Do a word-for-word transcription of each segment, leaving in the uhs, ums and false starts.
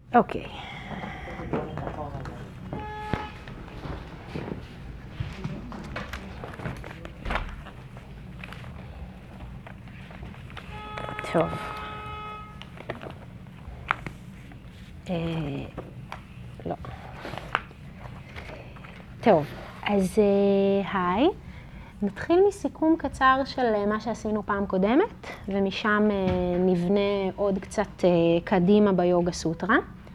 אוקיי. טוב. אה, לא. טוב, אז אה, היי. נתחיל מסיכום קצר של מה שעשינו פעם קודמת, ומשם אה, נבנה עוד קצת אה, קדימה ביוגה סוטרה.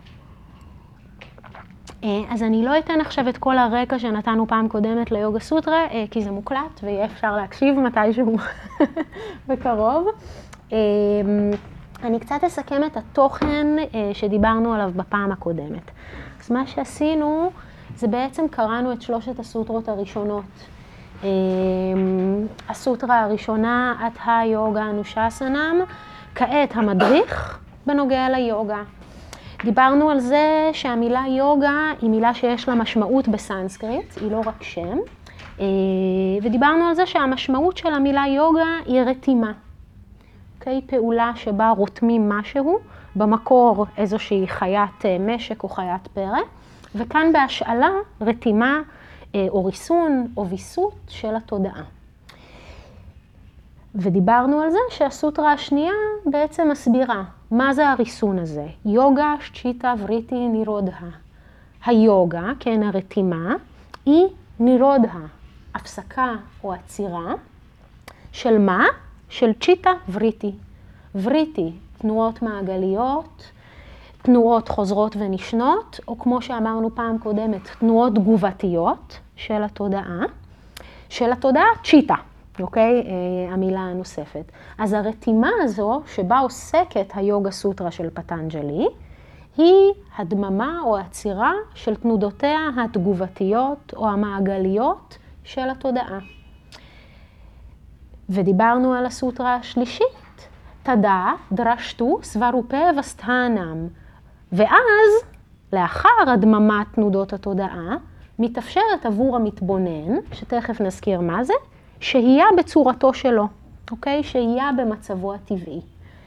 אה, אז אני לא אתן עכשיו את כל הרקע שנתנו פעם קודמת ליוגה סוטרה, אה, כי זה מוקלט ויהיה אפשר להקשיב מתישהו בקרוב. אה, אני קצת אסכם את התוכן אה, שדיברנו עליו בפעם הקודמת. אז מה שעשינו זה בעצם קראנו את שלושת הסוטרות הראשונות. הסוטרה הראשונה, את'ה יוגה אנושאסנם, כעת המדריך בנוגע ליוגה. דיברנו על זה שהמילה יוגה היא מילה שיש לה משמעות בסנסקריט, היא לא רק שם, ודיברנו על זה שהמשמעות של המילה יוגה היא רתימה. אוקיי? פעולה שבה רותמים משהו, במקור איזושהי חיית משק או חיית פרא, וכאן בהשאלה רתימה או ריסון או ויסות של התודעה. ודיברנו על זה שהסוטרה השנייה בעצם מסבירה מה זה הריסון הזה. יוגה, שצ'יטה, וריטי, נירודה. היוגה, כן, הרתימה, היא נירודה, הפסקה או עצירה של מה? של צ'יטה, וריטי. וריטי, תנועות מעגליות, תנועות חוזרות ונשנות, או כמו שאמרנו פעם קודמת, תנועות תגובתיות של התודעה, של התודעה צ'יטה, אוקיי? המילה הנוספת. אז הרתימה הזו שבה עוסקת היוגה סוטרה של פטנג'לי, היא הדממה או העצירה של תנודותיה התגובתיות או המעגליות של התודעה. ודיברנו על הסוטרה השלישית, תדע, דרשתו, סברופה וסתנם. ואז, לאחר הדממת תנודות התודעה, מתאפשרת עבור המתבונן, שתכף נזכיר מה זה, שהייה בצורתו שלו, אוקיי? שהייה במצבו הטבעי.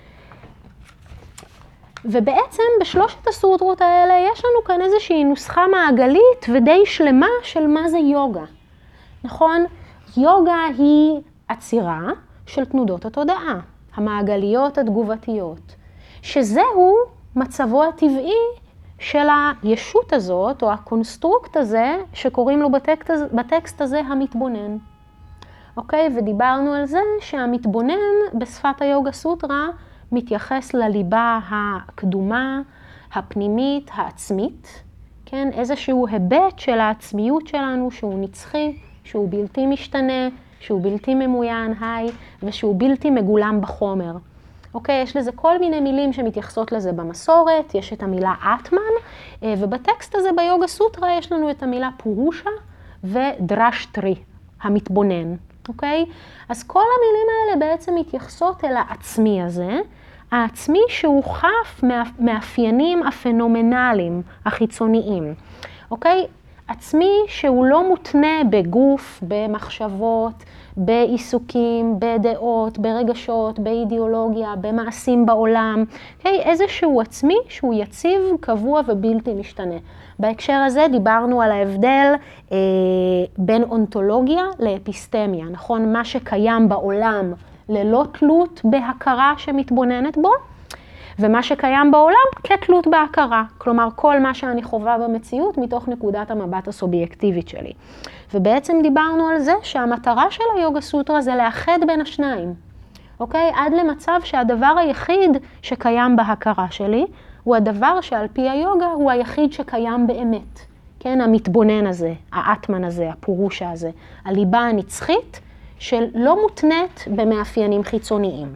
ובעצם בשלושת הסוטרות האלה יש לנו כאן איזושהי נוסחה מעגלית ודי שלמה של מה זה יוגה. נכון? יוגה היא עצירה של תנודות התודעה, המעגליות התגובתיות, שזהו מצבו הטבעי של הישות הזאת, או הקונסטרוקט הזה, שקוראים לו בטקסט, בטקסט הזה המתבונן. אוקיי? ודיברנו על זה שהמתבונן בשפת היוגה סוטרה מתייחס לליבה הקדומה, הפנימית, העצמית, כן? איזשהו היבט של העצמיות שלנו שהוא נצחי, שהוא בלתי משתנה, שהוא בלתי ממוין, היי, ושהוא בלתי מגולם בחומר. אוקיי, יש לזה כל מיני מילים שמתייחסות לזה במסורת, יש את המילה אטמן, ובטקסט הזה ביוגה סוטרה יש לנו את המילה פורושה ודרשטרי, המתבונן. אוקיי? אז כל המילים האלה בעצם מתייחסות אל העצמי הזה, העצמי שהוא חף מאפיינים הפנומנליים, החיצוניים. אוקיי? עצמי שהוא לא מותנה בגוף, במחשבות, בעיסוקים, בדעות, ברגשות, באידיאולוגיה, במעשים בעולם. אוקיי? איזשהו עצמי שהוא יציב, קבוע ובלתי משתנה. בהקשר הזה דיברנו על ההבדל אה, בין אונתולוגיה לאפיסטמיה. נכון? מה שקיים בעולם ללא תלות בהכרה שמתבוננת בו, ומה שקיים בעולם כתלות בהכרה. כלומר, כל מה שאני חווה במציאות מתוך נקודת המבט הסובייקטיבית שלי. ובעצם דיברנו על זה שהמטרה של היוגה סוטרה זה לאחד בין השניים. אוקיי? עד למצב שהדבר היחיד שקיים בהכרה שלי, הוא הדבר שעל פי היוגה הוא היחיד שקיים באמת. כן? המתבונן הזה, האטמן הזה, הפורושה הזה, הליבה הנצחית שלא מותנית במאפיינים חיצוניים.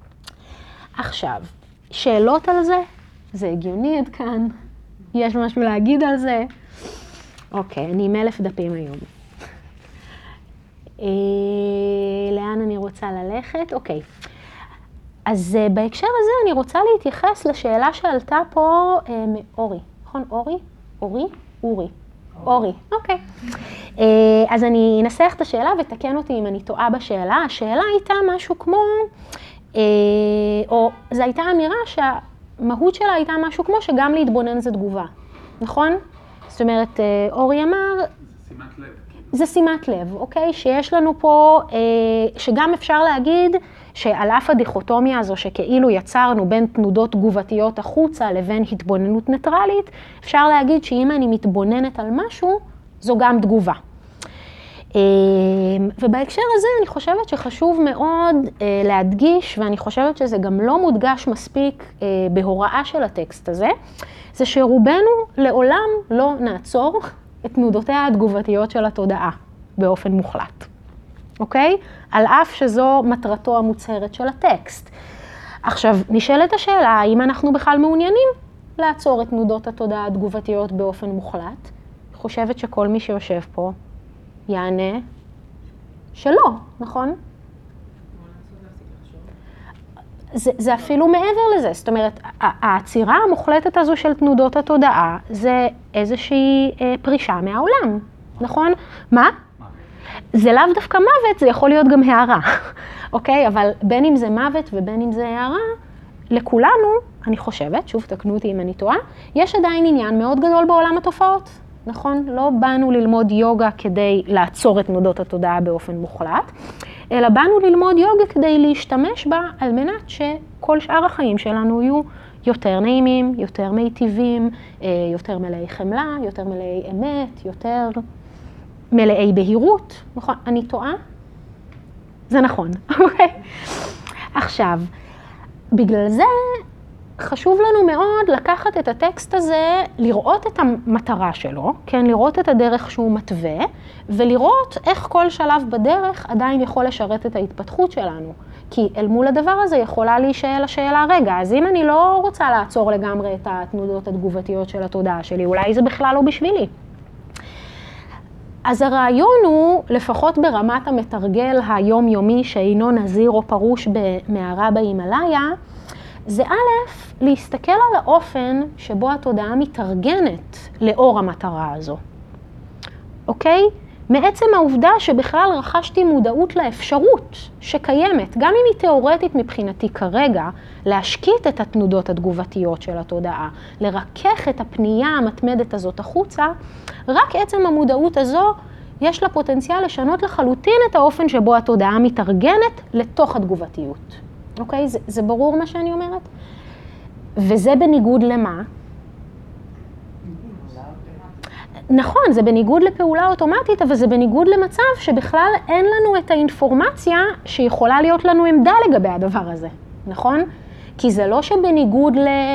עכשיו, שאלות על זה? זה הגיוני עד כאן? יש משהו להגיד על זה? אוקיי, אני עם אלף דפים היום. אה, לאן אני רוצה ללכת? אוקיי. אז uh, בהקשר הזה אני רוצה להתייחס לשאלה שעלתה פה uh, מאורי. נכון? אורי? אורי? אורי. אורי. אוקיי. Uh, אז אני אנסח את השאלה ותקן אותי אם אני טועה בשאלה. השאלה הייתה משהו כמו, uh, או זו הייתה אמירה המהות שלה הייתה משהו כמו שגם להתבונן זה תגובה, נכון? זאת אומרת, אורי אמר, שימת לב. זה שימת לב, אוקיי? שיש לנו פה, שגם אפשר להגיד שעל אף הדיכוטומיה הזו שכאילו יצרנו בין תנודות תגובתיות החוצה לבין התבוננות ניטרלית, אפשר להגיד שאם אני מתבוננת על משהו, זו גם תגובה. ובהקשר הזה אני חושבת שחשוב מאוד להדגיש, ואני חושבת שזה גם לא מודגש מספיק בהוראה של הטקסט הזה, זה שרובנו לעולם לא נעצור את תנודותיה התגובתיות של התודעה באופן מוחלט. אוקיי? על אף שזו מטרתו המוצהרת של הטקסט. עכשיו, נשאלת השאלה, האם אנחנו בכלל מעוניינים לעצור את תנודות התודעה התגובתיות באופן מוחלט? אני חושבת שכל מי שיושב פה יענה שלא, נכון? זה, זה אפילו מעבר לזה, זאת אומרת, העצירה המוחלטת הזו של תנודות התודעה זה איזושהי אה, פרישה מהעולם, נכון? מה? זה לאו דווקא מוות, זה יכול להיות גם הערה, אוקיי? אבל בין אם זה מוות ובין אם זה הערה, לכולנו, אני חושבת, שוב תקנו אותי אם אני טועה, יש עדיין עניין מאוד גדול בעולם התופעות, נכון? לא באנו ללמוד יוגה כדי לעצור את תנודות התודעה באופן מוחלט, אלא באנו ללמוד יוגה כדי להשתמש בה על מנת שכל שאר החיים שלנו יהיו יותר נעימים, יותר מיטיבים, יותר מלאי חמלה, יותר מלאי אמת, יותר מלאי בהירות. נכון? אני טועה? זה נכון. עכשיו, בגלל זה חשוב לנו מאוד לקחת את הטקסט הזה, לראות את המטרה שלו, כן, לראות את הדרך שהוא מתווה, ולראות איך כל שלב בדרך עדיין יכול לשרת את ההתפתחות שלנו. כי אל מול הדבר הזה יכולה להישאל השאלה, רגע, אז אם אני לא רוצה לעצור לגמרי את התנודות התגובתיות של התודעה שלי, אולי זה בכלל לא בשבילי. אז הרעיון הוא, לפחות ברמת המתרגל היומיומי שאינו נזיר או פרוש במערה בהימאליה, זה א', להסתכל על האופן שבו התודעה מתארגנת לאור המטרה הזו. אוקיי? מעצם העובדה שבכלל רכשתי מודעות לאפשרות שקיימת, גם אם היא תיאורטית מבחינתי כרגע, להשקיט את התנודות התגובתיות של התודעה, לרכך את הפנייה המתמדת הזאת החוצה, רק עצם המודעות הזו יש לה פוטנציאל לשנות לחלוטין את האופן שבו התודעה מתארגנת לתוך התגובתיות. אוקיי? זה, זה ברור מה שאני אומרת? וזה בניגוד למה? נכון, זה בניגוד לפעולה אוטומטית, אבל זה בניגוד למצב שבכלל אין לנו את האינפורמציה שיכולה להיות לנו עמדה לגבי הדבר הזה, נכון? כי זה לא שבניגוד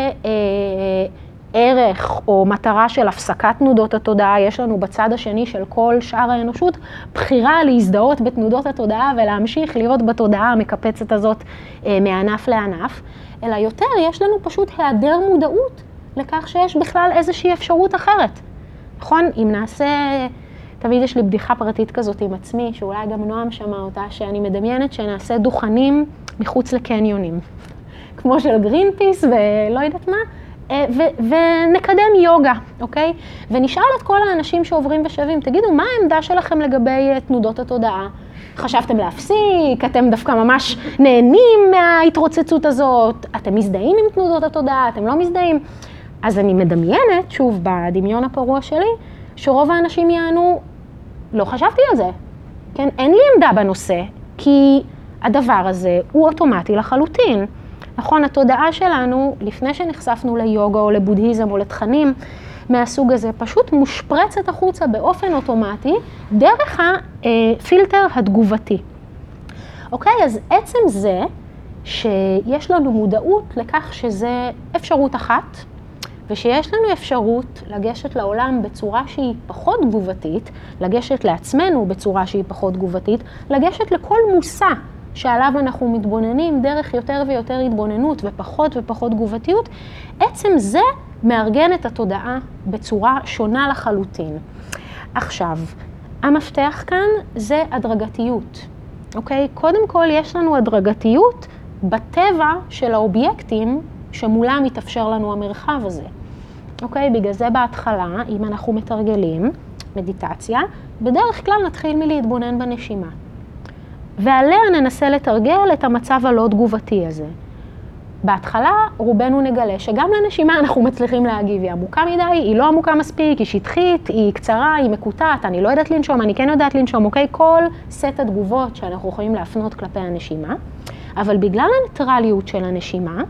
לערך או מטרה של הפסקת תנודות התודעה, יש לנו בצד השני של כל שאר האנושות בחירה להזדהות בתנודות התודעה ולהמשיך להיות בתודעה המקפצת הזאת מענף לענף, אלא יותר יש לנו פשוט היעדר מודעות לכך שיש בכלל איזושהי אפשרות אחרת. נכון? אם נעשה, תמיד יש לי בדיחה פרטית כזאת עם עצמי, שאולי גם נועם שמע אותה, שאני מדמיינת שנעשה דוכנים מחוץ לקניונים. כמו של גרינפיס ולא יודעת מה, ו- ונקדם יוגה, אוקיי? ונשאל את כל האנשים שעוברים ושבים, תגידו, מה העמדה שלכם לגבי תנודות התודעה? חשבתם להפסיק? אתם דווקא ממש נהנים מההתרוצצות הזאת? אתם מזדהים עם תנודות התודעה? אתם לא מזדהים? אז אני מדמיינת, שוב, בדמיון הפרוע שלי, שרוב האנשים יענו, לא חשבתי על זה. כן? אין לי עמדה בנושא, כי הדבר הזה הוא אוטומטי לחלוטין. נכון, התודעה שלנו, לפני שנחשפנו ליוגה או לבודהיזם או לתכנים מהסוג הזה, פשוט מושפרצת החוצה באופן אוטומטי, דרך הפילטר התגובתי. אוקיי, אז עצם זה שיש לנו מודעות לכך שזה אפשרות אחת, ושיש לנו אפשרות לגשת לעולם בצורה שהיא פחות תגובתית, לגשת לעצמנו בצורה שהיא פחות תגובתית, לגשת לכל מושא שעליו אנחנו מתבוננים דרך יותר ויותר התבוננות ופחות ופחות תגובתיות, עצם זה מארגן את התודעה בצורה שונה לחלוטין. עכשיו, המפתח כאן זה הדרגתיות, אוקיי? קודם כל יש לנו הדרגתיות בטבע של האובייקטים שמולם מתאפשר לנו המרחב הזה. אוקיי, בגלל זה בהתחלה, אם אנחנו מתרגלים מדיטציה, בדרך כלל נתחיל מלהתבונן בנשימה. ועליה ננסה לתרגל את המצב הלא תגובתי הזה. בהתחלה רובנו נגלה שגם לנשימה אנחנו מצליחים להגיב, היא עמוקה מדי, היא לא עמוקה מספיק, היא שטחית, היא קצרה, היא מקוטעת, אני לא יודעת לנשום, אני כן יודעת לנשום, אוקיי? כל סט התגובות שאנחנו יכולים להפנות כלפי הנשימה, אבל בגלל הניטרליות של הנשימה,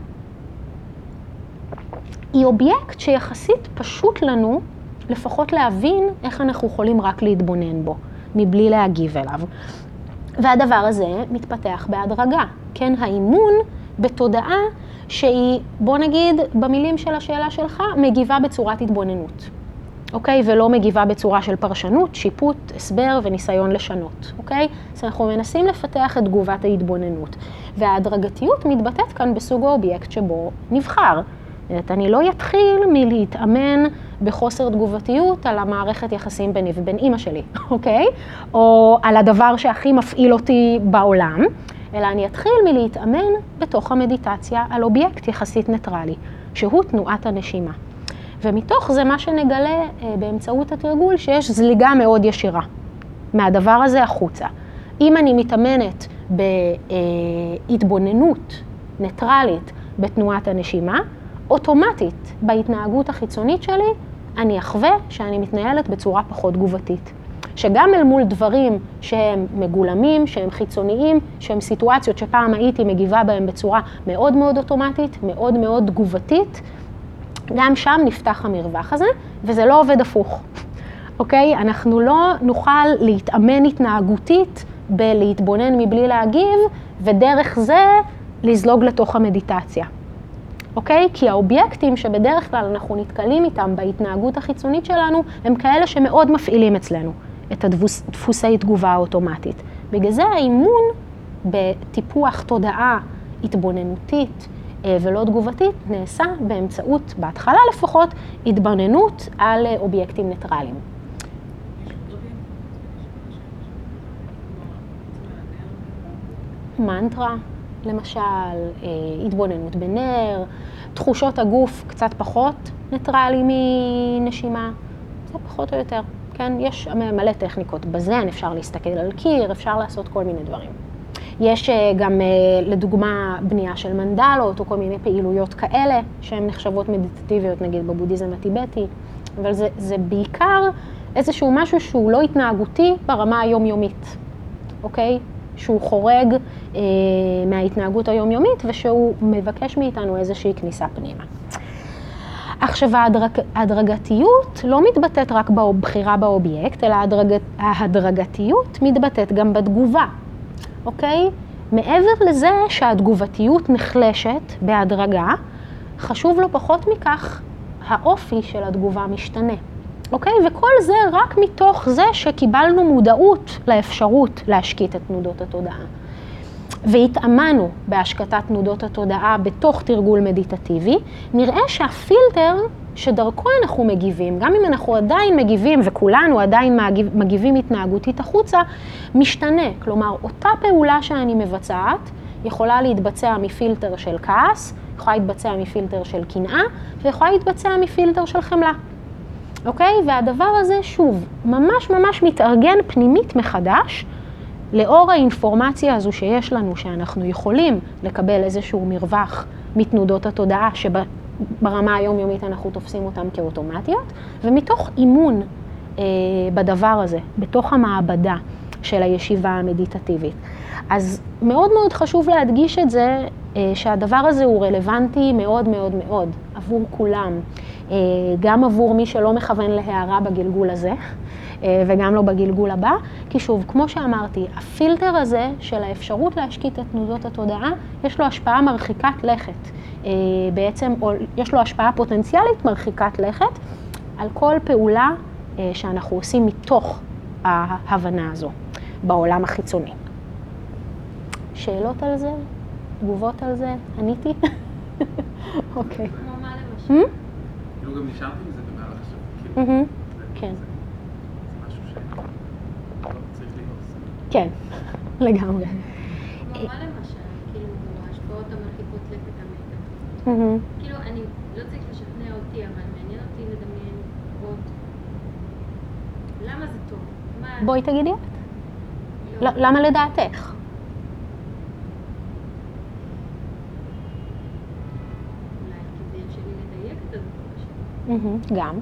היא אובייקט שיחסית פשוט לנו, לפחות להבין איך אנחנו יכולים רק להתבונן בו, מבלי להגיב אליו. והדבר הזה מתפתח בהדרגה, כן? האימון בתודעה שהיא, בוא נגיד, במילים של השאלה שלך, מגיבה בצורת התבוננות, אוקיי? ולא מגיבה בצורה של פרשנות, שיפוט, הסבר וניסיון לשנות, אוקיי? אז אנחנו מנסים לפתח את תגובת ההתבוננות, וההדרגתיות מתבטאת כאן בסוג האובייקט שבו נבחר. אני לא יתחיל מלהתאמן בחוסר תגובתיות על המערכת יחסים ביני ובין אמא שלי, אוקיי? או על הדבר שהכי מפעיל אותי בעולם, אלא אני אתחיל מלהתאמן בתוך המדיטציה על אובייקט יחסית ניטרלי, שהוא תנועת הנשימה. ומתוך זה מה שנגלה באמצעות התרגול שיש זליגה מאוד ישירה מהדבר הזה החוצה. אם אני מתאמנת בהתבוננות ניטרלית בתנועת הנשימה, אוטומטית בהתנהגות החיצונית שלי אני אחווה שאני מתנהלת בצורה פחות תגובתית. שגם אל מול דברים שהם מגולמים, שהם חיצוניים, שהם סיטואציות שפעם הייתי מגיבה בהם בצורה מאוד מאוד אוטומטית, מאוד מאוד תגובתית, גם שם נפתח המרווח הזה, וזה לא עובד הפוך. אוקיי? אנחנו לא נוכל להתאמן התנהגותית בלהתבונן מבלי להגיב, ודרך זה לזלוג לתוך המדיטציה. אוקיי? כי האובייקטים שבדרך כלל אנחנו נתקלים איתם בהתנהגות החיצונית שלנו, הם כאלה שמאוד מפעילים אצלנו את הדפוסי תגובה האוטומטית. בגלל זה האימון בטיפוח תודעה התבוננותית ולא תגובתית נעשה באמצעות, בהתחלה לפחות, התבוננות על אובייקטים ניטרליים. מנטרה, למשל, התבוננות בנר, תחושות הגוף קצת פחות ניטרלי מנשימה, זה פחות או יותר. כן, יש מלא טכניקות בזן, אפשר להסתכל על קיר, אפשר לעשות כל מיני דברים. יש גם לדוגמה בנייה של מנדלות או כל מיני פעילויות כאלה שהן נחשבות מדיטטיביות, נגיד בבודהיזם הטיבטי, אבל זה, זה בעיקר איזשהו משהו שהוא לא התנהגותי ברמה היומיומית, אוקיי? שהוא חורג אה, מההתנהגות היומיומית ושהוא מבקש מאיתנו איזושהי כניסה פנימה. עכשיו, ההדרג, ההדרגתיות לא מתבטאת רק בבחירה באובייקט, אלא ההדרג, ההדרגתיות מתבטאת גם בתגובה, אוקיי? מעבר לזה שהתגובתיות נחלשת בהדרגה, חשוב לו פחות מכך, האופי של התגובה משתנה. אוקיי? וכל זה רק מתוך זה שקיבלנו מודעות לאפשרות להשקיט את תנודות התודעה. והתאמנו בהשקטת תנודות התודעה בתוך תרגול מדיטטיבי, נראה שהפילטר שדרכו אנחנו מגיבים, גם אם אנחנו עדיין מגיבים וכולנו עדיין מגיבים התנהגותית החוצה, משתנה. כלומר, אותה פעולה שאני מבצעת יכולה להתבצע מפילטר של כעס, יכולה להתבצע מפילטר של קנאה, ויכולה להתבצע מפילטר של חמלה. אוקיי? והדבר הזה שוב, ממש ממש מתארגן פנימית מחדש, לאור האינפורמציה הזו שיש לנו, שאנחנו יכולים לקבל איזשהו מרווח מתנודות התודעה, שברמה היומיומית אנחנו תופסים אותם כאוטומטיות, ומתוך אימון אה, בדבר הזה, בתוך המעבדה של הישיבה המדיטטיבית. אז מאוד מאוד חשוב להדגיש את זה, אה, שהדבר הזה הוא רלוונטי מאוד מאוד מאוד עבור כולם. גם עבור מי שלא מכוון להערה בגלגול הזה, וגם לא בגלגול הבא, כי שוב, כמו שאמרתי, הפילטר הזה של האפשרות להשקיט את תנודות התודעה, יש לו השפעה מרחיקת לכת. בעצם, או יש לו השפעה פוטנציאלית מרחיקת לכת, על כל פעולה שאנחנו עושים מתוך ההבנה הזו, בעולם החיצוני. שאלות על זה? תגובות על זה? עניתי? אוקיי. כמו מה למשל? כאילו גם נשארתי מזה במהלך השבוע, כאילו, כן. זה משהו שצריך להיות. כן, לגמרי. כמו מה למשל, כאילו, ההשפעות המרחיקות לכת המדיטטיביות. כאילו, אני לא צריך לשכנע אותי, אבל מעניין אותי לדמיין עוד. למה זה טוב? בואי תגידי את. למה לדעתך? גם.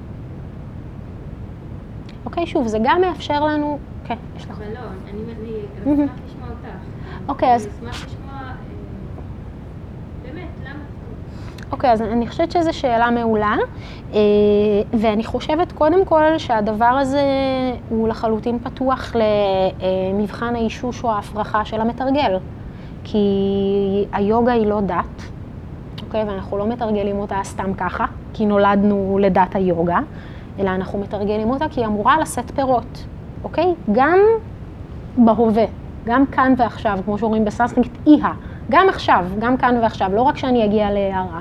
אוקיי, שוב, זה גם מאפשר לנו... כן, יש לך. אבל לא, אני אשמח לשמוע אותך. אוקיי, אז... אני אשמח לשמוע... באמת, למה? אוקיי, אז אני חושבת שזו שאלה מעולה, ואני חושבת קודם כל שהדבר הזה הוא לחלוטין פתוח למבחן האישוש או ההפרחה של המתרגל. כי היוגה היא לא דת, אוקיי? ואנחנו לא מתרגלים אותה סתם ככה, כי נולדנו לדת היוגה, אלא אנחנו מתרגלים אותה כי היא אמורה לשאת פירות, אוקיי? גם בהווה, גם כאן ועכשיו, כמו שאומרים בסנסקריט, איהה, גם עכשיו, גם כאן ועכשיו, לא רק שאני אגיע להערה.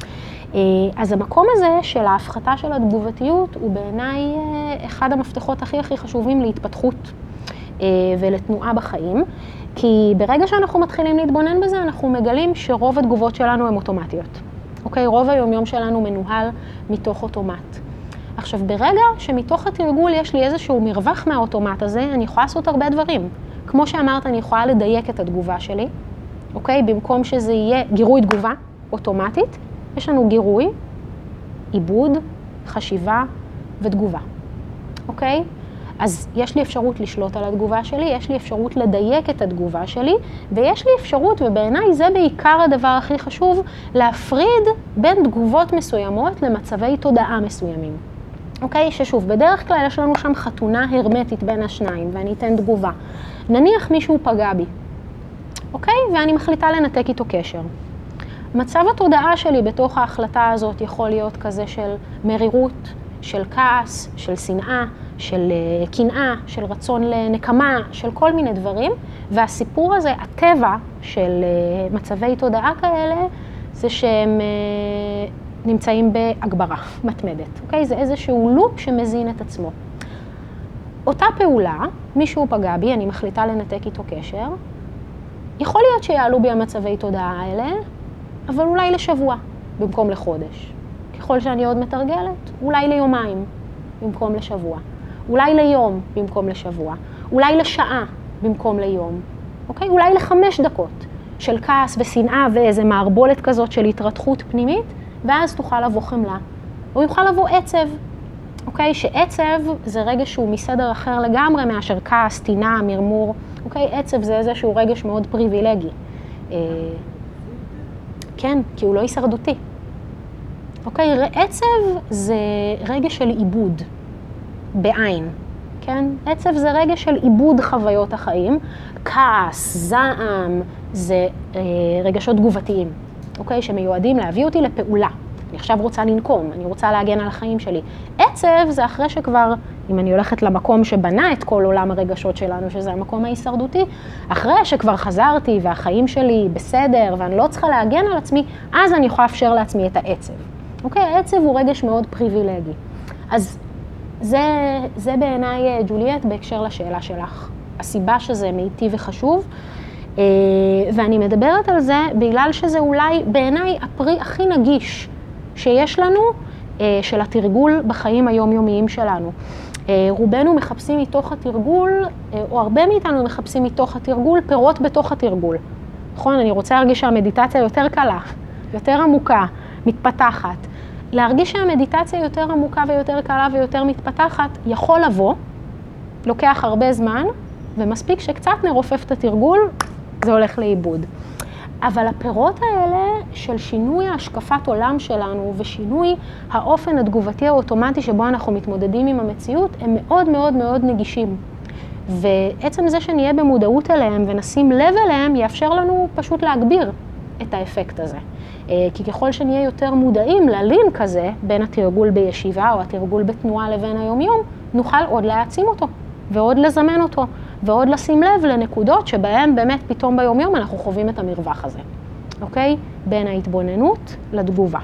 אז המקום הזה של ההפחתה של התגובתיות הוא בעיניי אחד המפתחות הכי הכי חשובים להתפתחות ולתנועה בחיים, כי ברגע שאנחנו מתחילים להתבונן בזה, אנחנו מגלים שרוב התגובות שלנו הן אוטומטיות. אוקיי? רוב היומיום שלנו מנוהל מתוך אוטומט. עכשיו, ברגע שמתוך התרגול יש לי איזשהו מרווח מהאוטומט הזה, אני יכולה לעשות הרבה דברים. כמו שאמרת, אני יכולה לדייק את התגובה שלי, אוקיי? במקום שזה יהיה גירוי תגובה אוטומטית, יש לנו גירוי, עיבוד, חשיבה ותגובה, אוקיי? אז יש לי אפשרות לשלוט על התגובה שלי, יש לי אפשרות לדייק את התגובה שלי, ויש לי אפשרות, ובעיניי זה בעיקר הדבר הכי חשוב, להפריד בין תגובות מסוימות למצבי תודעה מסוימים. אוקיי? ששוב, בדרך כלל יש לנו שם חתונה הרמטית בין השניים, ואני אתן תגובה. נניח מישהו פגע בי, אוקיי? ואני מחליטה לנתק איתו קשר. מצב התודעה שלי בתוך ההחלטה הזאת יכול להיות כזה של מרירות, של כעס, של שנאה, של קנאה, של רצון לנקמה, של כל מיני דברים. והסיפור הזה, הטבע של מצבי תודעה כאלה, זה שהם נמצאים בהגברה מתמדת. אוקיי? זה איזשהו לופ שמזין את עצמו. אותה פעולה, מישהו פגע בי, אני מחליטה לנתק איתו קשר, יכול להיות שיעלו בי המצבי תודעה האלה, אבל אולי לשבוע במקום לחודש. ככל שאני עוד מתרגלת, אולי ליומיים במקום לשבוע. אולי ליום במקום לשבוע. אולי לשעה במקום ליום. אוקיי? אולי לחמש דקות של כעס ושנאה ואיזה מערבולת כזאת של התרתחות פנימית, ואז תוכל לבוא חמלה. או יוכל לבוא עצב. אוקיי? שעצב זה רגע שהוא מסדר אחר לגמרי מאשר כעס, תינה, מרמור. אוקיי? עצב זה איזשהו רגש מאוד פריבילגי. כן, כי הוא לא הישרדותי. אוקיי, עצב זה רגע של עיבוד, בעין, כן? עצב זה רגע של עיבוד חוויות החיים. כעס, זעם, זה אה, רגשות תגובתיים, אוקיי? שמיועדים להביא אותי לפעולה. אני עכשיו רוצה לנקום, אני רוצה להגן על החיים שלי. עצב זה אחרי שכבר, אם אני הולכת למקום שבנה את כל עולם הרגשות שלנו, שזה המקום ההישרדותי, אחרי שכבר חזרתי והחיים שלי בסדר ואני לא צריכה להגן על עצמי, אז אני יכולה לאפשר לעצמי את העצב. אוקיי, העצב הוא רגש מאוד פריבילגי. אז זה, זה בעיניי, ג'וליאט, בהקשר לשאלה שלך. הסיבה שזה מיטיב וחשוב, ואני מדברת על זה בגלל שזה אולי בעיניי הפרי הכי נגיש שיש לנו של התרגול בחיים היומיומיים שלנו. רובנו מחפשים מתוך התרגול, או הרבה מאיתנו מחפשים מתוך התרגול, פירות בתוך התרגול. נכון? אני רוצה להרגיש שהמדיטציה יותר קלה, יותר עמוקה, מתפתחת. להרגיש שהמדיטציה יותר עמוקה ויותר קלה ויותר מתפתחת יכול לבוא, לוקח הרבה זמן, ומספיק שקצת נרופף את התרגול, זה הולך לאיבוד. אבל הפירות האלה של שינוי ההשקפת עולם שלנו ושינוי האופן התגובתי האוטומטי שבו אנחנו מתמודדים עם המציאות, הם מאוד מאוד מאוד נגישים. ועצם זה שנהיה במודעות אליהם ונשים לב אליהם, יאפשר לנו פשוט להגביר את האפקט הזה. כי ככל שנהיה יותר מודעים ללינק הזה, בין התרגול בישיבה או התרגול בתנועה לבין היומיום, נוכל עוד להעצים אותו ועוד לזמן אותו. ועוד לשים לב לנקודות שבהן באמת פתאום ביומיום אנחנו חווים את המרווח הזה. אוקיי? בין ההתבוננות לתגובה.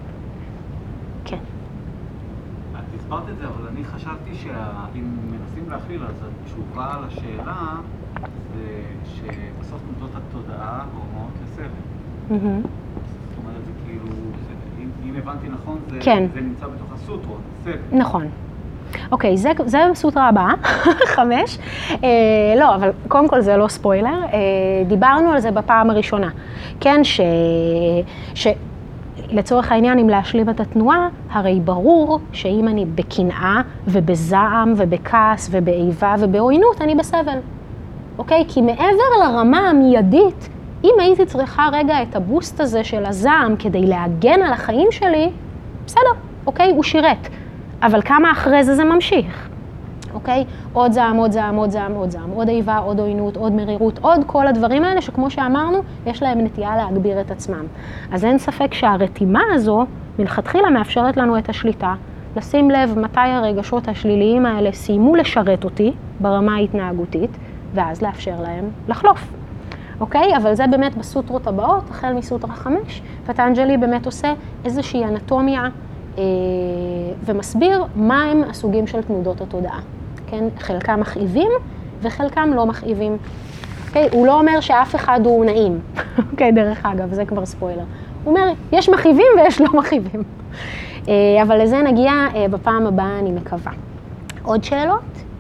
כן. את הסברת את זה, אבל אני חשבתי שאם מנסים להכליל, אז התשובה על השאלה זה שבסוף נקודות התודעה גורמות לסבל. זאת אומרת, זה כאילו, אם הבנתי נכון, זה נמצא בתוך הסוטרות, סבל. נכון. אוקיי, זה, זה סוטרה הבאה, חמש. אה, לא, אבל קודם כל זה לא ספוילר. אה, דיברנו על זה בפעם הראשונה. כן, ש... ש... לצורך העניין, אם להשלים את התנועה, הרי ברור שאם אני בקנאה ובזעם ובכעס ובאיבה ובעוינות, אני בסבל. אוקיי? כי מעבר לרמה המיידית, אם הייתי צריכה רגע את הבוסט הזה של הזעם כדי להגן על החיים שלי, בסדר, אוקיי? הוא שירת. אבל כמה אחרי זה זה ממשיך? אוקיי? עוד זעם, עוד זעם, עוד זעם, עוד זעם, עוד איבה, עוד עוינות, עוד מרירות, עוד כל הדברים האלה שכמו שאמרנו, יש להם נטייה להגביר את עצמם. אז אין ספק שהרתימה הזו, מלכתחילה מאפשרת לנו את השליטה, לשים לב מתי הרגשות השליליים האלה סיימו לשרת אותי ברמה ההתנהגותית, ואז לאפשר להם לחלוף. אוקיי? אבל זה באמת בסוטרות הבאות, החל מסוטרה חמש, פטנג'לי באמת עושה איזושהי אנטומיה אה, ומסביר מה הם הסוגים של תנודות התודעה. כן? חלקם מכאיבים וחלקם לא מכאיבים. אוקיי? הוא לא אומר שאף אחד הוא נעים. אוקיי? דרך אגב, זה כבר ספוילר. הוא אומר, יש מכאיבים ויש לא מכאיבים. אה, אבל לזה נגיע אה, בפעם הבאה, אני מקווה. עוד שאלות?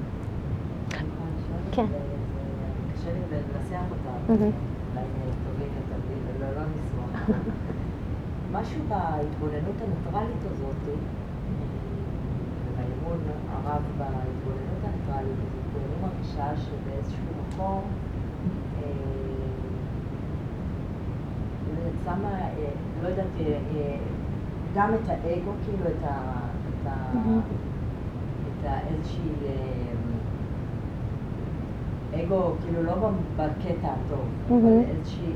כן. קשה לי לנסח אותה, אולי תוביל ותביל ולא לא נשמח. משהו בהתבוננות הניטרלית הזאת, ובאימון הרב בהתבוננות הניטרלית הזאת, אני מרגישה שבאיזשהו מקום שמה, לא יודעת, גם את האגו, כאילו את איזושהי אגו, כאילו לא בקטע הטוב, אבל איזושהי,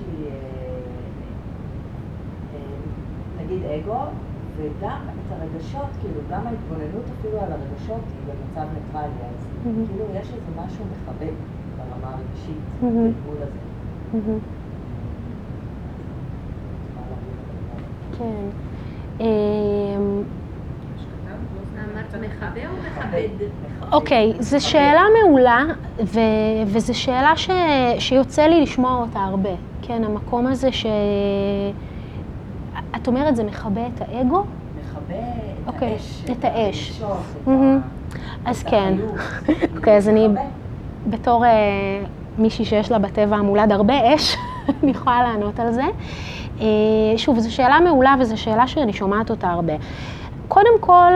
נגיד אגו, וגם את הרגשות, כאילו גם ההתבוננות אפילו על הרגשות היא במצב ניטרלי, אז כאילו יש איזה משהו מכבד ברמה הרגשית, בגבול הזה. כן. אמרת מחבר או מכבד? אוקיי, זו שאלה מעולה, וזו שאלה שיוצא לי לשמוע אותה הרבה. כן, המקום הזה ש... את אומרת, זה מכבה את האגו? מכבה את האש. את האש. את אז כן. אוקיי, אז אני בתור מישהי שיש לה בטבע המולד הרבה אש, אני יכולה לענות על זה. שוב, זו שאלה מעולה וזו שאלה שאני שומעת אותה הרבה. קודם כל,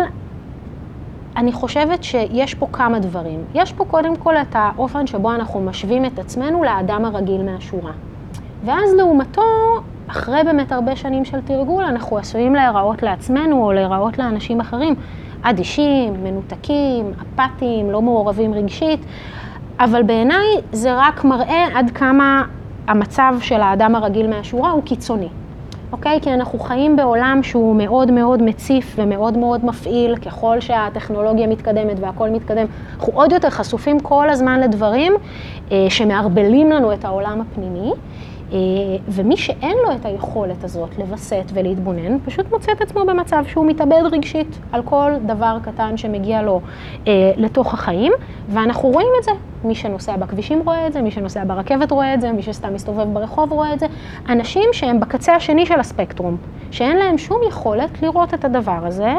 אני חושבת שיש פה כמה דברים. יש פה קודם כל את האופן שבו אנחנו משווים את עצמנו לאדם הרגיל מהשורה. ואז לעומתו, אחרי באמת הרבה שנים של תרגול, אנחנו עשויים להיראות לעצמנו או להיראות לאנשים אחרים, אדישים, מנותקים, אפתיים, לא מעורבים רגשית, אבל בעיניי זה רק מראה עד כמה המצב של האדם הרגיל מהשורה הוא קיצוני. אוקיי? כי אנחנו חיים בעולם שהוא מאוד מאוד מציף ומאוד מאוד מפעיל, ככל שהטכנולוגיה מתקדמת והכל מתקדם. אנחנו עוד יותר חשופים כל הזמן לדברים אה, שמערבלים לנו את העולם הפנימי, אה, ומי שאין לו את היכולת הזאת לבסט ולהתבונן, פשוט מוצא את עצמו במצב שהוא מתאבד רגשית על כל דבר קטן שמגיע לו אה, לתוך החיים, ואנחנו רואים את זה. מי שנוסע בכבישים רואה את זה, מי שנוסע ברכבת רואה את זה, מי שסתם מסתובב ברחוב רואה את זה. אנשים שהם בקצה השני של הספקטרום, שאין להם שום יכולת לראות את הדבר הזה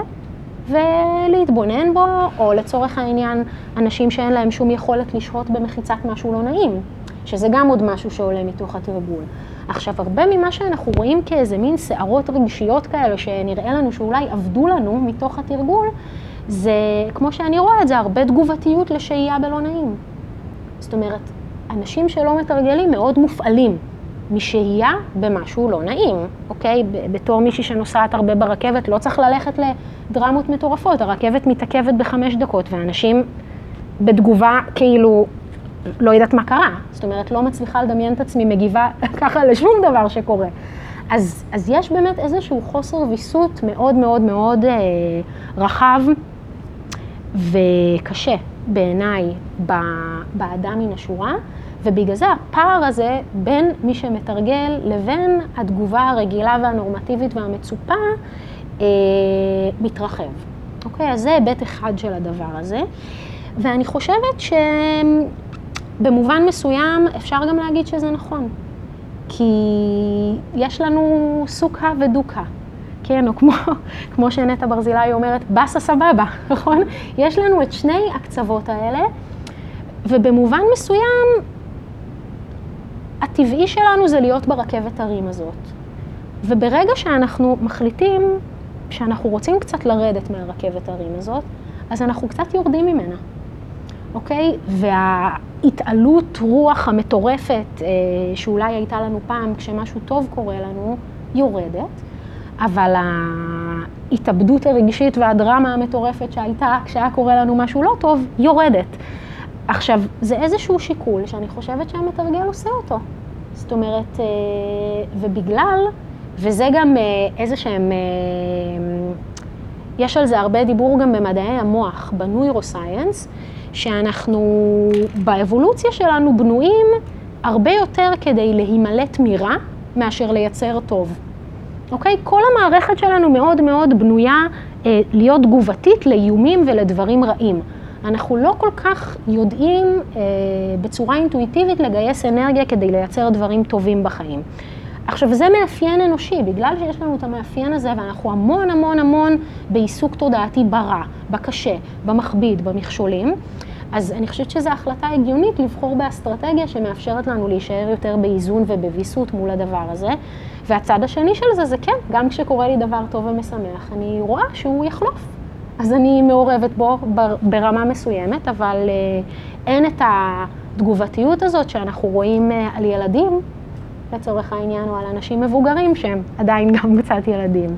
ולהתבונן בו, או לצורך העניין, אנשים שאין להם שום יכולת לשהות במחיצת משהו לא נעים, שזה גם עוד משהו שעולה מתוך התרגול. עכשיו, הרבה ממה שאנחנו רואים כאיזה מין שערות רגשיות כאלה, שנראה לנו שאולי עבדו לנו מתוך התרגול, זה, כמו שאני רואה את זה, הרבה תגובתיות לשהייה בלא נעים. זאת אומרת, אנשים שלא מתרגלים מאוד מופעלים משהייה במשהו לא נעים, אוקיי? בתור מישהי שנוסעת הרבה ברכבת, לא צריך ללכת לדרמות מטורפות, הרכבת מתעכבת בחמש דקות, ואנשים בתגובה כאילו לא יודעת מה קרה. זאת אומרת, לא מצליחה לדמיין את עצמי מגיבה ככה לשום דבר שקורה. אז, אז יש באמת איזשהו חוסר ויסות מאוד מאוד מאוד אה, רחב וקשה בעיניי באדם מן השורה, ובגלל זה הפער הזה בין מי שמתרגל לבין התגובה הרגילה והנורמטיבית והמצופה אה, מתרחב. אוקיי? אז זה היבט אחד של הדבר הזה. ואני חושבת שבמובן מסוים אפשר גם להגיד שזה נכון. כי יש לנו סוכה ודוקה. כן, או כמו, כמו שנטע ברזילי אומרת, בסה סבבה, נכון? יש לנו את שני הקצוות האלה, ובמובן מסוים, הטבעי שלנו זה להיות ברכבת הרים הזאת. וברגע שאנחנו מחליטים שאנחנו רוצים קצת לרדת מהרכבת הרים הזאת, אז אנחנו קצת יורדים ממנה, אוקיי? וההתעלות רוח המטורפת שאולי הייתה לנו פעם כשמשהו טוב קורה לנו, יורדת, אבל ההתאבדות הרגשית והדרמה המטורפת שהייתה כשהיה קורה לנו משהו לא טוב, יורדת. עכשיו, זה איזשהו שיקול שאני חושבת שהמתרגל עושה אותו. זאת אומרת, ובגלל, וזה גם איזה שהם, יש על זה הרבה דיבור גם במדעי המוח, בנוירוסייאנס, שאנחנו באבולוציה שלנו בנויים הרבה יותר כדי להימלט מרע מאשר לייצר טוב. אוקיי? כל המערכת שלנו מאוד מאוד בנויה אה, להיות תגובתית לאיומים ולדברים רעים. אנחנו לא כל כך יודעים אה, בצורה אינטואיטיבית לגייס אנרגיה כדי לייצר דברים טובים בחיים. עכשיו, זה מאפיין אנושי, בגלל שיש לנו את המאפיין הזה, ואנחנו המון המון המון בעיסוק תודעתי ברע, בקשה, במכביד, במכשולים, אז אני חושבת שזו החלטה הגיונית לבחור באסטרטגיה שמאפשרת לנו להישאר יותר באיזון ובביסות מול הדבר הזה. והצד השני של זה, זה כן, גם כשקורה לי דבר טוב ומשמח, אני רואה שהוא יחלוף. אז אני מעורבת בו ברמה מסוימת, אבל אין את התגובתיות הזאת שאנחנו רואים על ילדים, לצורך העניין, או על אנשים מבוגרים שהם עדיין גם קצת ילדים.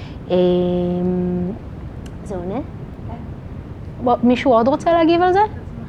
זה עונה? בוא, מישהו עוד רוצה להגיב על זה?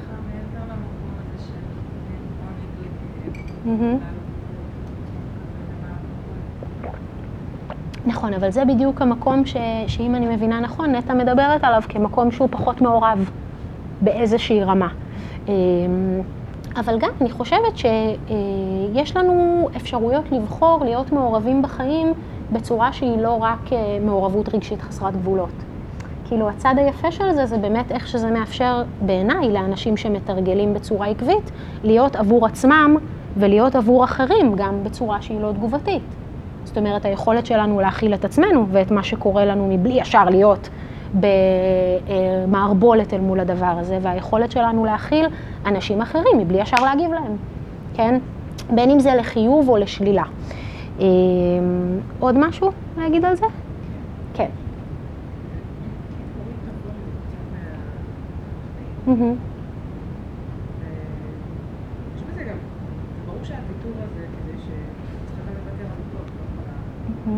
נכון, אבל זה בדיוק המקום ש, שאם אני מבינה נכון, נטע מדברת עליו כמקום שהוא פחות מעורב באיזושהי רמה. אבל גם אני חושבת שיש לנו אפשרויות לבחור להיות מעורבים בחיים בצורה שהיא לא רק מעורבות רגשית חסרת גבולות. כאילו הצד היפה של זה, זה באמת איך שזה מאפשר בעיניי לאנשים שמתרגלים בצורה עקבית, להיות עבור עצמם ולהיות עבור אחרים גם בצורה שהיא לא תגובתית. זאת אומרת, היכולת שלנו להכיל את עצמנו ואת מה שקורה לנו מבלי ישר להיות במערבולת אל מול הדבר הזה, והיכולת שלנו להכיל אנשים אחרים מבלי ישר להגיב להם, כן? בין אם זה לחיוב או לשלילה. עוד משהו להגיד על זה? כן. יש בזה גם, ברור שהוויתור הזה כדי שצריכה גם לוותר על אותו, על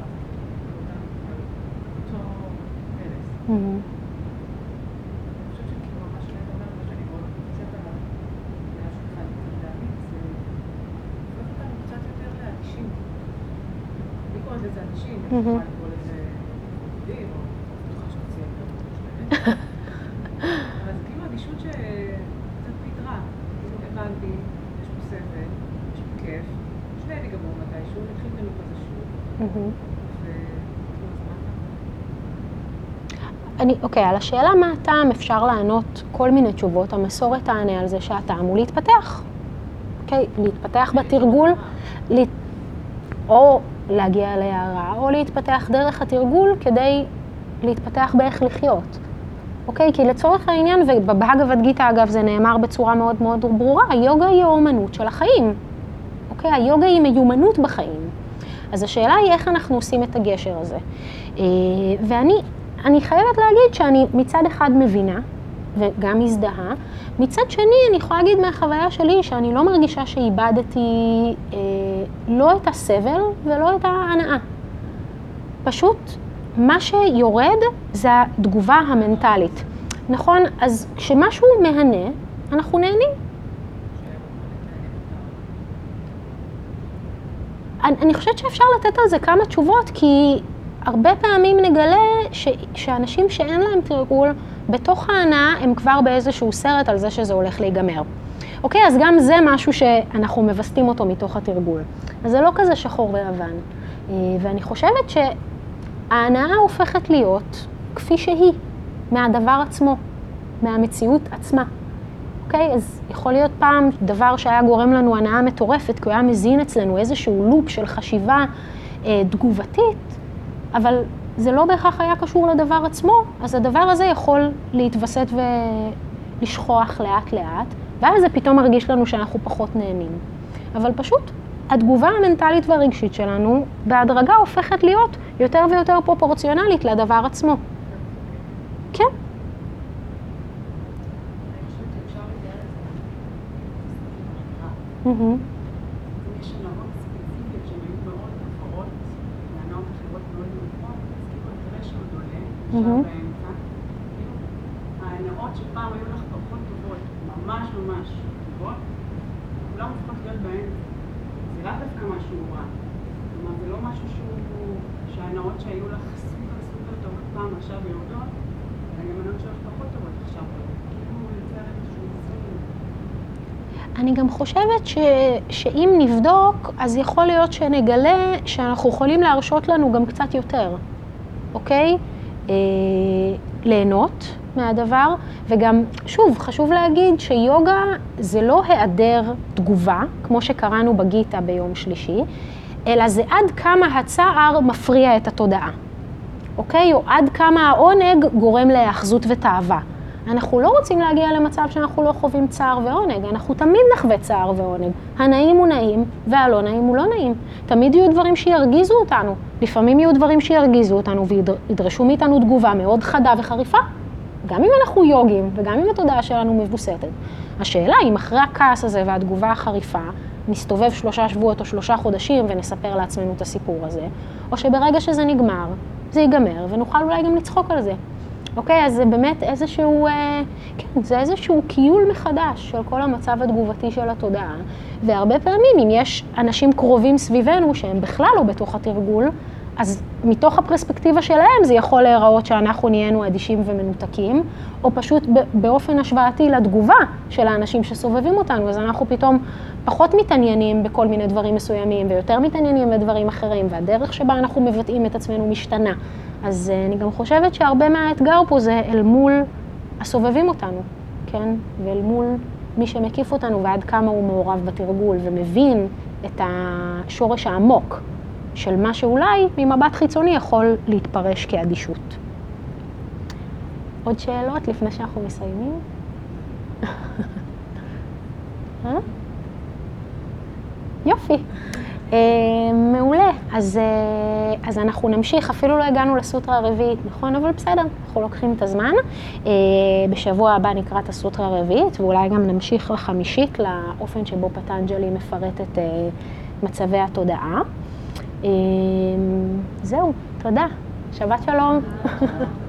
אותו פרס. אני חושבת שכאילו מה שאני אומר, מה שאני מאוד חושבת עליו, בגלל שהתחלתי קצת להאמין, זה הופך אותנו קצת יותר לאדישים. אני קוראת לזה אדישים, אני יכולה לקרוא לזה עובדים, או בטוחה שרציתי יותר שלהם. אבל זה כאילו אדישות שקצת פיתרה, כאילו הבנתי, יש פה סבל, יש פה כיף, שניהם יגמרו מתישהו, נתחיל בלוק הזה שוב, וכאילו אני, אוקיי, על השאלה מה הטעם אפשר לענות כל מיני תשובות, המסורת תענה על זה שהטעם הוא להתפתח. אוקיי, להתפתח בתרגול, להת... או להגיע להערה, או להתפתח דרך התרגול כדי להתפתח באיך לחיות. אוקיי, כי לצורך העניין, ובבהגבד גיטה אגב זה נאמר בצורה מאוד מאוד ברורה, היוגה היא האומנות של החיים. אוקיי, היוגה היא מיומנות בחיים. אז השאלה היא איך אנחנו עושים את הגשר הזה. ואני אני חייבת להגיד שאני מצד אחד מבינה, וגם מזדהה, מצד שני אני יכולה להגיד מהחוויה שלי שאני לא מרגישה שאיבדתי אה, לא את הסבל ולא את ההנאה. פשוט מה שיורד זה התגובה המנטלית. נכון? אז כשמשהו מהנה, אנחנו נהנים. אני, אני חושבת שאפשר לתת על זה כמה תשובות, כי הרבה פעמים נגלה ש, שאנשים שאין להם תרגול, בתוך ההנאה הם כבר באיזשהו סרט על זה שזה הולך להיגמר. אוקיי, אז גם זה משהו שאנחנו מבסטים אותו מתוך התרגול. אז זה לא כזה שחור ולבן. ואני חושבת שההנאה הופכת להיות כפי שהיא, מהדבר עצמו, מהמציאות עצמה. אוקיי, אז יכול להיות פעם דבר שהיה גורם לנו הנאה מטורפת, כי הוא היה מזין אצלנו איזשהו לופ של חשיבה אה, תגובתית, אבל זה לא בהכרח היה קשור לדבר עצמו, אז הדבר הזה יכול להתווסת ולשכוח לאט לאט, ואז זה פתאום מרגיש לנו שאנחנו פחות נהנים. אבל פשוט התגובה המנטלית והרגשית שלנו בהדרגה הופכת להיות יותר ויותר פרופורציונלית לדבר עצמו. כן. אני חושבת שאפשר לתאר את זה. מהמם. יש הנאות ספציפיות שהן היו מאוד גבוהות, והנאות אחרות מאוד נמוכות, אז כאילו התראה שעוד עולה, מהמם. נשאר באמצע. כאילו, ההנאות שפעם היו לך פחות טובות, ממש ממש טובות, כולם הופכות להיות באמצע. זה רק דווקא משהו רע. כלומר, זה לא משהו שהוא, שההנאות שהיו לך סופר סופר טובות פעם עכשיו יורדות, אלא גם הנאות שלך פחות טובות עכשיו. כאילו, יוצר איזשהו מסוים. אני גם חושבת ש, שאם נבדוק, אז יכול להיות שנגלה שאנחנו יכולים להרשות לנו גם קצת יותר, אוקיי? אה, ליהנות מהדבר, וגם, שוב, חשוב להגיד שיוגה זה לא היעדר תגובה, כמו שקראנו בגיטה ביום שלישי, אלא זה עד כמה הצער מפריע את התודעה, אוקיי? או עד כמה העונג גורם להאחזות ותאווה. אנחנו לא רוצים להגיע למצב שאנחנו לא חווים צער ועונג, אנחנו תמיד נחווה צער ועונג. הנעים הוא נעים והלא נעים הוא לא נעים. תמיד יהיו דברים שירגיזו אותנו. לפעמים יהיו דברים שירגיזו אותנו וידרשו מאיתנו תגובה מאוד חדה וחריפה. גם אם אנחנו יוגים וגם אם התודעה שלנו מבוסתת. השאלה אם אחרי הכעס הזה והתגובה החריפה נסתובב שלושה שבועות או שלושה חודשים ונספר לעצמנו את הסיפור הזה, או שברגע שזה נגמר, זה ייגמר ונוכל אולי גם לצחוק על זה. אוקיי, אז זה באמת איזשהו, כן, זה איזשהו קיול מחדש של כל המצב התגובתי של התודעה. והרבה פעמים, אם יש אנשים קרובים סביבנו שהם בכלל לא בתוך התרגול, אז מתוך הפרספקטיבה שלהם זה יכול להיראות שאנחנו נהיינו אדישים ומנותקים, או פשוט באופן השוואתי לתגובה של האנשים שסובבים אותנו, אז אנחנו פתאום פחות מתעניינים בכל מיני דברים מסוימים, ויותר מתעניינים בדברים אחרים, והדרך שבה אנחנו מבטאים את עצמנו משתנה. אז אני גם חושבת שהרבה מהאתגר פה זה אל מול הסובבים אותנו, כן? ואל מול מי שמקיף אותנו ועד כמה הוא מעורב בתרגול ומבין את השורש העמוק של מה שאולי ממבט חיצוני יכול להתפרש כאדישות. עוד שאלות לפני שאנחנו מסיימים? יופי. מעולה. אז, אז אנחנו נמשיך, אפילו לא הגענו לסוטרה הרביעית, נכון? אבל בסדר, אנחנו לוקחים את הזמן. בשבוע הבא נקרא את הסוטרה הרביעית, ואולי גם נמשיך לחמישית, לאופן שבו פטנג'לי מפרט את מצבי התודעה. זהו, תודה. שבת שלום.